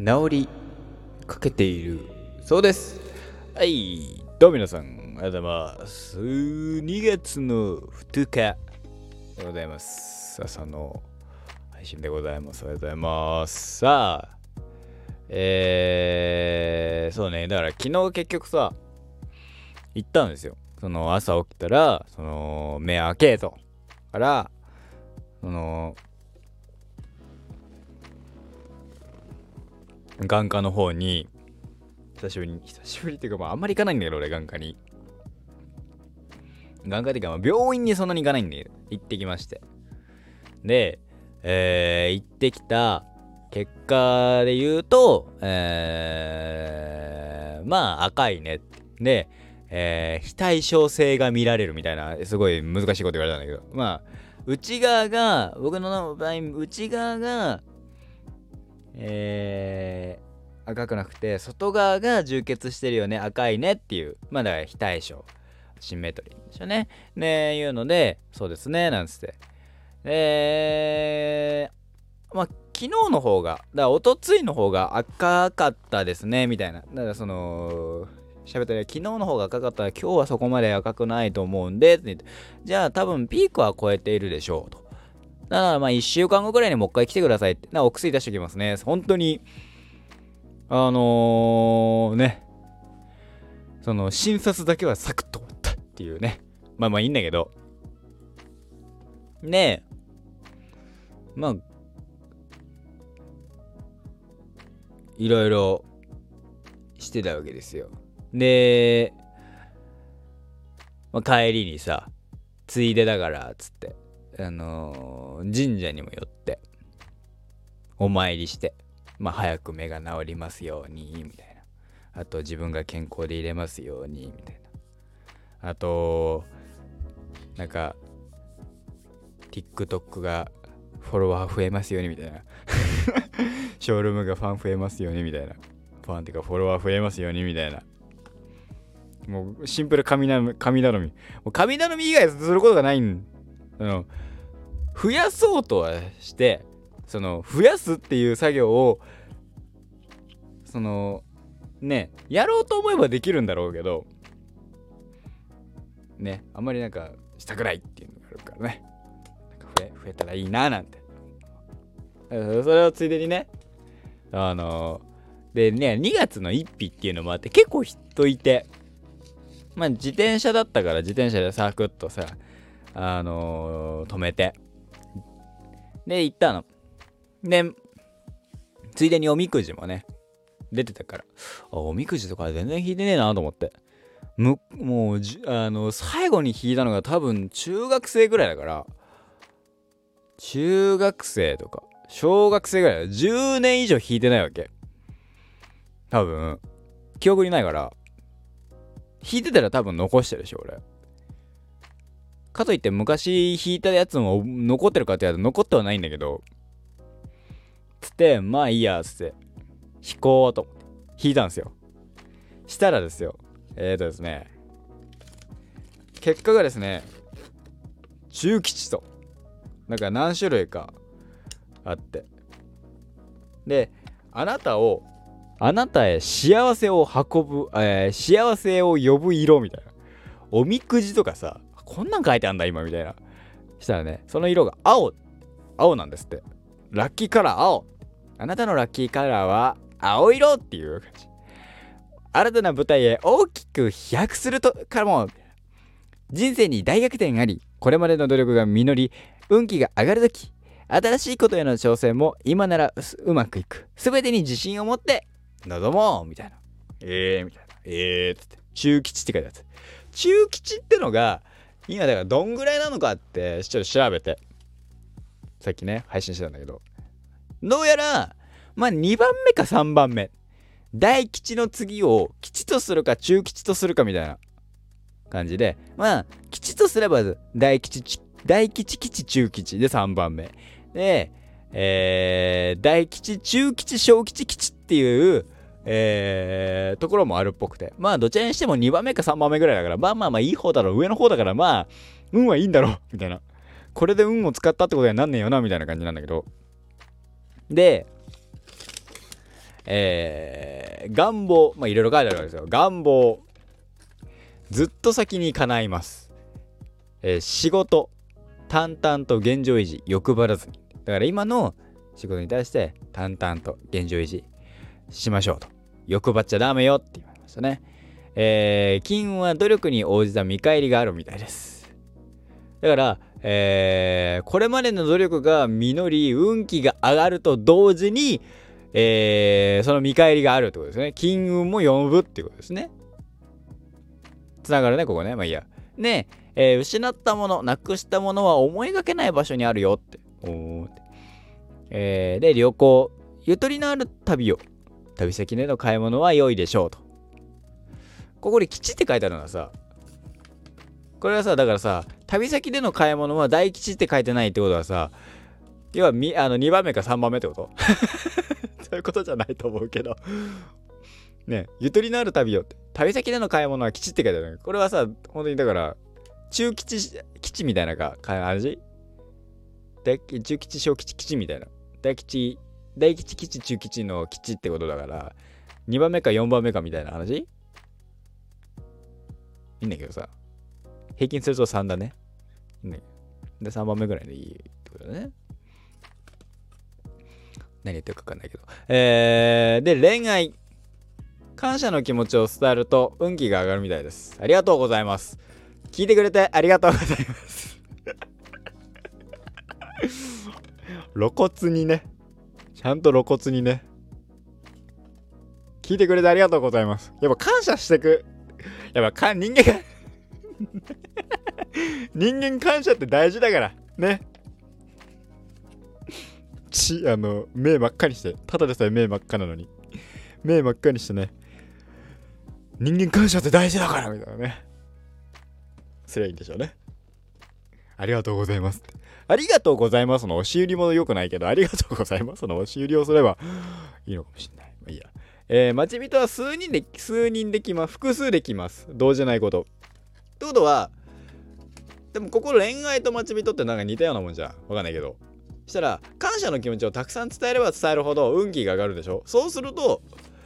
治りかけているそうです。はい、どうも皆さん、おはようございます。2月の2日でございます。朝の配信でございます。おはようございます。さあ、そうね、だから昨日結局さ、行ったんですよ。その朝起きたら、その目開けと。から、その、眼科の方に、久しぶりっていうか、あんまり行かないんだけど、俺、眼科に。眼科っていうか、病院にそんなに行かないんだけど、行ってきまして。で、行ってきた結果で言うと、赤いね。で、非対称性が見られるみたいな、すごい難しいこと言われたんだけど、僕の場合、内側が、赤くなくて、外側が充血してるよね、赤いねっていう、だから非対称、シンメトリーでしょね。ね、いうので、そうですね、なんつって。昨日の方が、だからおとついの方が赤かったですね、みたいな。だから喋ったら昨日の方が赤かったら今日はそこまで赤くないと思うんで、って言って、じゃあ多分ピークは超えているでしょうと。だから1週間後くらいにもう一回来てくださいって。お薬出しておきますね。本当に、その診察だけはサクッと終わったっていうね。いいんだけど。ねえ。いろいろしてたわけですよ。で、帰りにさ、ついでだからつって、神社にも寄ってお参りして、早く目が治りますようにみたいな。あと自分が健康でいれますようにみたいな。あとTikTok がフォロワー増えますようにみたいな。ショールームがファン増えますようにみたいな。ファンっていうかフォロワー増えますようにみたいな。もうシンプル神頼み。もう神頼み以外することがないん。増やそうとはして、増やすっていう作業を、やろうと思えばできるんだろうけど、ね、あんまりしたくないっていうのがあるからね。増えたらいいななんて。それをついでにね、でね、2月の1日っていうのもあって結構人いて、自転車だったから自転車でサクッとさ、止めて、で行ったの。で、ついでにおみくじもね、出てたから、おみくじとか全然引いてねえなと思って。もう最後に引いたのが多分中学生ぐらいだから、中学生とか小学生ぐらいだ。10年以上引いてないわけ。多分記憶にないから、引いてたら多分残してるでしょ俺。かといって昔引いたやつも残ってるかってやると残ってはないんだけど、つっていいやつって引こうと引いたんですよ。したらですよ、ですね、結果がですね、中吉と何種類かあって、で、あなたへ幸せを運ぶ、幸せを呼ぶ色みたいな、おみくじとかさ、こんなん書いてあんだ今みたいな。したらね、その色が青なんですって。ラッキーカラー青。あなたのラッキーカラーは青色っていう感じ。新たな舞台へ大きく飛躍するとからも、人生に大逆転あり、これまでの努力が実り、運気が上がるとき、新しいことへの挑戦も今ならうまくいく。すべてに自信を持って臨もうみたいな。みたいな。つって中吉って書いてある。中吉ってのが今だからどんぐらいなのかってちょっと調べて、さっきね配信してたんだけど、どうやら2番目か3番目、大吉の次を吉とするか中吉とするかみたいな感じで、吉とすれば大吉吉中吉で3番目で、大吉中吉小吉吉っていうところもあるっぽくて、どちらにしても2番目か3番目ぐらいだから、いい方だろう、上の方だから、運はいいんだろうみたいな、これで運を使ったってことにはなんねえよなみたいな感じなんだけど、で願望、まあいろいろ書いてあるわけですよ。願望、ずっと先に叶います。仕事、淡々と現状維持、欲張らずに。だから今の仕事に対して淡々と現状維持しましょうと。欲張っちゃダメよって言われましたね。金運は努力に応じた見返りがあるみたいです。だから、これまでの努力が実り運気が上がると同時に、その見返りがあるってことですね。金運も呼ぶってことですね。つながるね、ここね。まあいいや。ね失ったもの、なくしたものは思いがけない場所にあるよって。で、旅行、ゆとりのある旅を。旅先での買い物は良いでしょうと。ここで吉って書いてあるのはさ、これはさ、だからさ、旅先での買い物は大吉って書いてないってことはさ、要は2番目か3番目ってことそういうことじゃないと思うけどね、ゆとりのある旅をって。旅先での買い物は吉って書いてある。これはさ、本当にだから、中吉みたいな感じ？中吉、小吉、吉みたいな。大吉、吉、中吉の吉ってことだから、2番目か4番目かみたいな話？いいんだけどさ、平均すると3だね。いいんだけど。で、3番目ぐらいでいいってことだね。何言ってるか分かんないけど。で、恋愛。感謝の気持ちを伝えると運気が上がるみたいです。ありがとうございます。聞いてくれてありがとうございます露骨にね、ちゃんと露骨にね、聞いてくれてありがとうございます。やっぱ感謝してく、やっぱ人間が人間感謝って大事だからね。目真っ赤にして、ただでさえ目真っ赤なのに目真っ赤にしてね、人間感謝って大事だからみたいなね、すりゃいいんでしょうね。ありがとうございます。ありがとうございますの押し売りも良くないけど、ありがとうございますの押し売りをすればいいのかもしれない。まあいいや。待ち人は数人できます。複数できます。同時ないこと。ってことは、でもここ恋愛と待ち人ってなんか似たようなもんじゃん。わかんないけど。したら、感謝の気持ちをたくさん伝えれば伝えるほど運気が上がるでしょ。そうすると、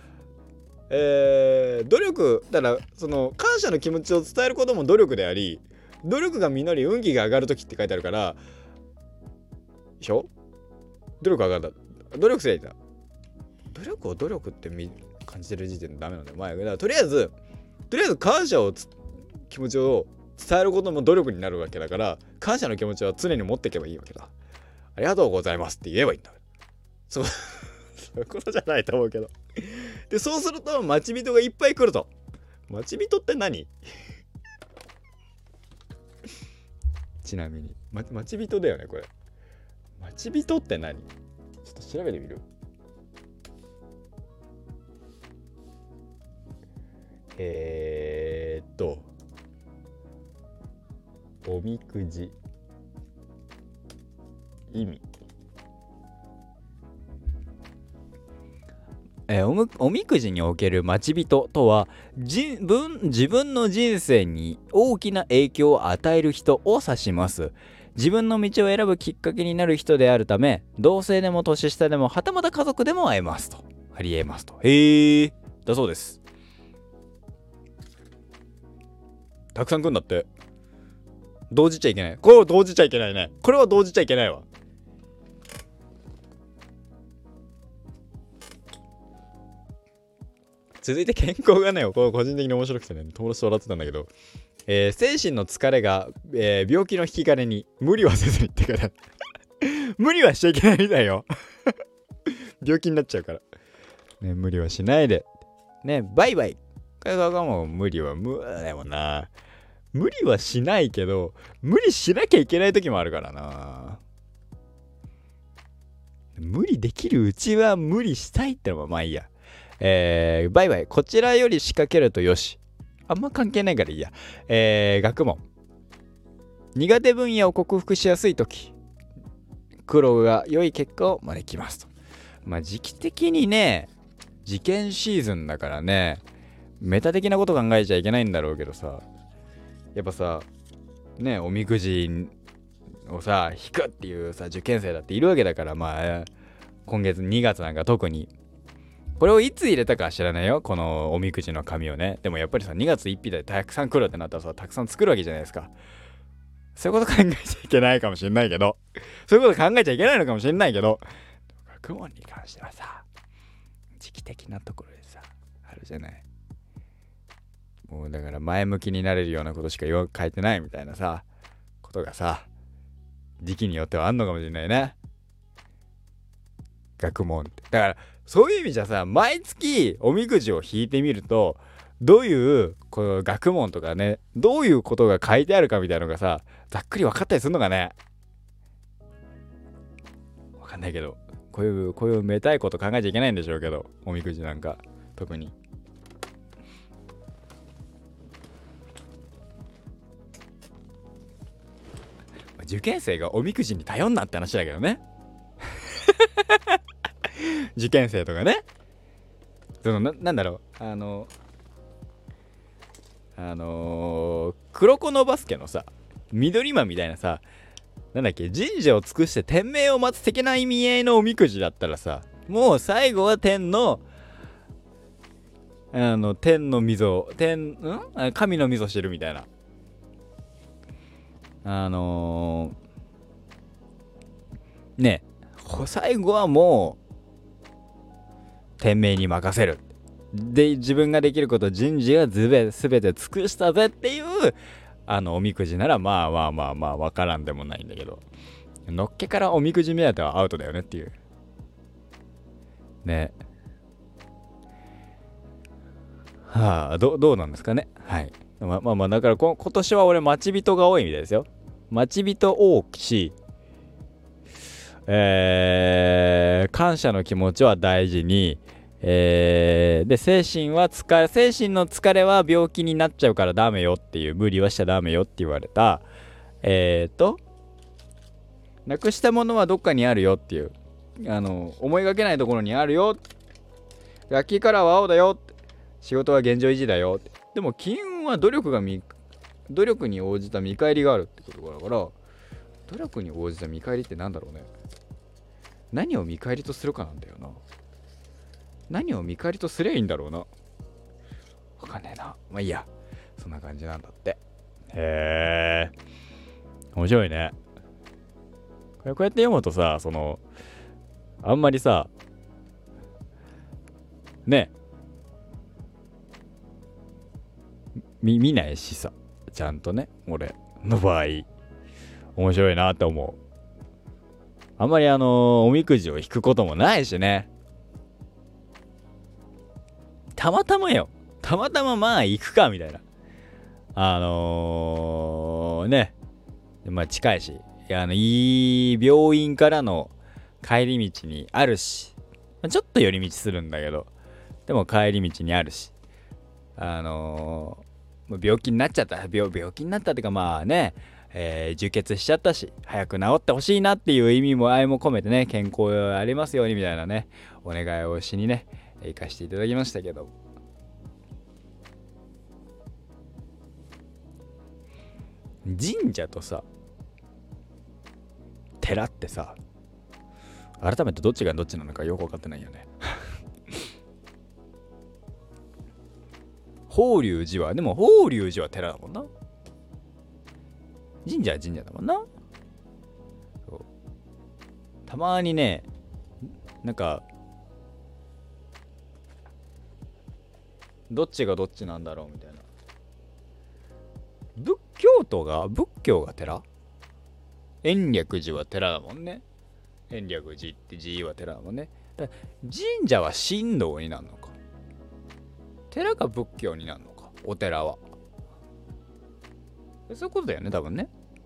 努力だから、その感謝の気持ちを伝えることも努力であり、努力が実り運気が上がるときって書いてあるから、でしょ。努力上がった。努力すればいいんだ。努力を努力って感じてる時点でダメなんだよ。だからとりあえず感謝を気持ちを伝えることも努力になるわけだから、感謝の気持ちは常に持っていけばいいわけだ。ありがとうございますって言えばいいんだ。そういうことじゃないと思うけど。で、そうすると待ち人がいっぱい来ると。待ち人って何ちなみに、待ち人だよねこれ。待ち人って何？ちょっと調べてみる。おみくじ意味。おみくじにおける待ち人とは、自分の人生に大きな影響を与える人を指します。自分の道を選ぶきっかけになる人であるため、同性でも年下でもはたまた家族でもありえますと。へえ、だそうです。たくさん来んだって。同時ちゃいけない。これは同時ちゃいけないね。これは同時ちゃいけないわ。続いて健康がね、これ個人的に面白くてね、友達と笑ってたんだけど、精神の疲れが、病気の引き金に無理はせずにってから無理はしちゃいけないみたいよ病気になっちゃうからね、無理はしないでね、バイバイ。これがもう無理はでもな、無理はしないけど無理しなきゃいけない時もあるからな。無理できるうちは無理したいってのはまあいいや。バイバイ。こちらより仕掛けるとよし。あんま関係ないからいいや。学問。苦手分野を克服しやすいとき、苦労が良い結果を招きますと。まあ時期的にね、受験シーズンだからね、メタ的なこと考えちゃいけないんだろうけどさ、やっぱさ、ね、おみくじをさ、引くっていうさ、受験生だっているわけだから、まあ、今月2月なんか特に、 これをいつ入れたかは知らないよ、このおみくじの紙をね。でもやっぱりさ、2月1日でたくさん来るってなったらさ、たくさん作るわけじゃないですか。そういうこと考えちゃいけないかもしれないけど、そういうこと考えちゃいけないのかもしれないけど、学問に関してはさ、時期的なところでさ、あるじゃない。もうだから前向きになれるようなことしか書いてないみたいなさ、ことがさ、時期によってはあんのかもしれないね。学問って。だからそういう意味じゃさ、毎月おみくじを引いてみると、どういうこの学問とかね、どういうことが書いてあるかみたいなのがさ、ざっくり分かったりするのかね。分かんないけど、こういうめたいこと考えちゃいけないんでしょうけど、おみくじなんか特に。受験生がおみくじに頼んなって話だけどね。受験生とかね、なんだろう、黒子のバスケのさ、緑間みたいなさ、なんだっけ、神社を尽くして天命を待つ的な意味合いのおみくじだったらさ、もう最後は天の溝、神の溝知るみたいな。ね、最後はもう天命に任せる。で、自分ができること人事が全て尽くしたぜっていうおみくじならまあわからんでもないんだけど、のっけからおみくじ目当てはアウトだよねっていうね。はあ、どうなんですかね。はい。まあだから今年は俺待ち人が多いみたいですよ。待ち人多くし、感謝の気持ちは大事に、で精神の疲れは病気になっちゃうからダメよっていう、無理はしちゃダメよって言われた。なくしたものはどっかにあるよっていう、思いがけないところにあるよ、ラッキーカラーは青だよ、仕事は現状維持だよ。でも金運は努力に応じた見返りがあるってことだから、努力に応じた見返りってなんだろうね。何を見返りとするかなんだよな。何を見返りとすりゃいいんだろうな。わかんねえな。まあいいや、そんな感じなんだって。へえ、面白いね。こうやって読むとさ、あんまりさ、ね、見ないしさ、ちゃんとね、俺の場合面白いなって思う。あんまりおみくじを引くこともないしね。たまたままあ行くかみたいな。ね、まあ近いし、いい病院からの帰り道にあるし、ちょっと寄り道するんだけど、でも帰り道にあるし、病気になっちゃった、病気になったっていうか、まあね、充血しちゃったし、早く治ってほしいなっていう意味も愛も込めてね、健康ありますようにみたいなね、お願いをしにね、行かせていただきましたけど、神社とさ、寺ってさ、改めてどっちがどっちなのかよく分かってないよね。法隆寺は寺だもんな。神社は神社だもんな。そう、たまにね、なんかどっちがどっちなんだろうみたいな。仏教が寺？延暦寺は寺だもんね。延暦寺って寺は寺だもんね。だ神社は神道になるのか、寺が仏教になるのか、お寺は。そういうことだよね、多分ね。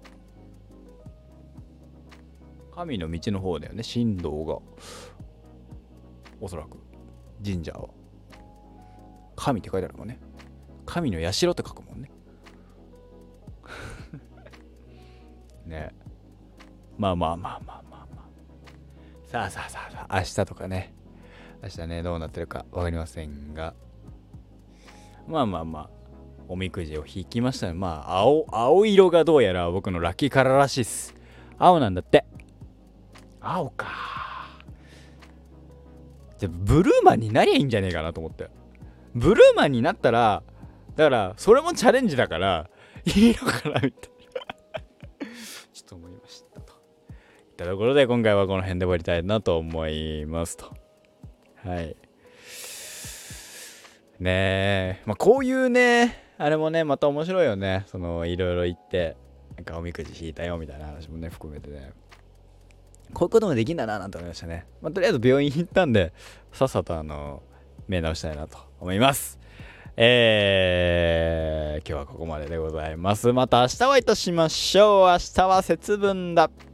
神の道の方だよね、神道が。おそらく神社は神って書いてあるもんね。神の社って書くもんね。ね、まあさあ明日とかね、明日ねどうなってるか分かりませんが、まあおみくじを引きましたね。まあ青色がどうやら僕のラッキーカラーらしいっす。青なんだって。青か。じでブルーマンになりゃいいんじゃねえかなと思って。ブルーマンになったら、だからそれもチャレンジだからいいのかなみたいなちょっと思いましたといったところで、今回はこの辺で終わりたいなと思いますと。はいねえ、まあこういうねあれもねまた面白いよね。そのいろいろ言ってなんかおみくじ引いたよみたいな話もね含めてね、こういうこともできんだななんて思いましたね。まあとりあえず病院行ったんでさっさと目直したいなと思います。今日はここまででございます。また明日お会いいたしましょう。明日は節分だ。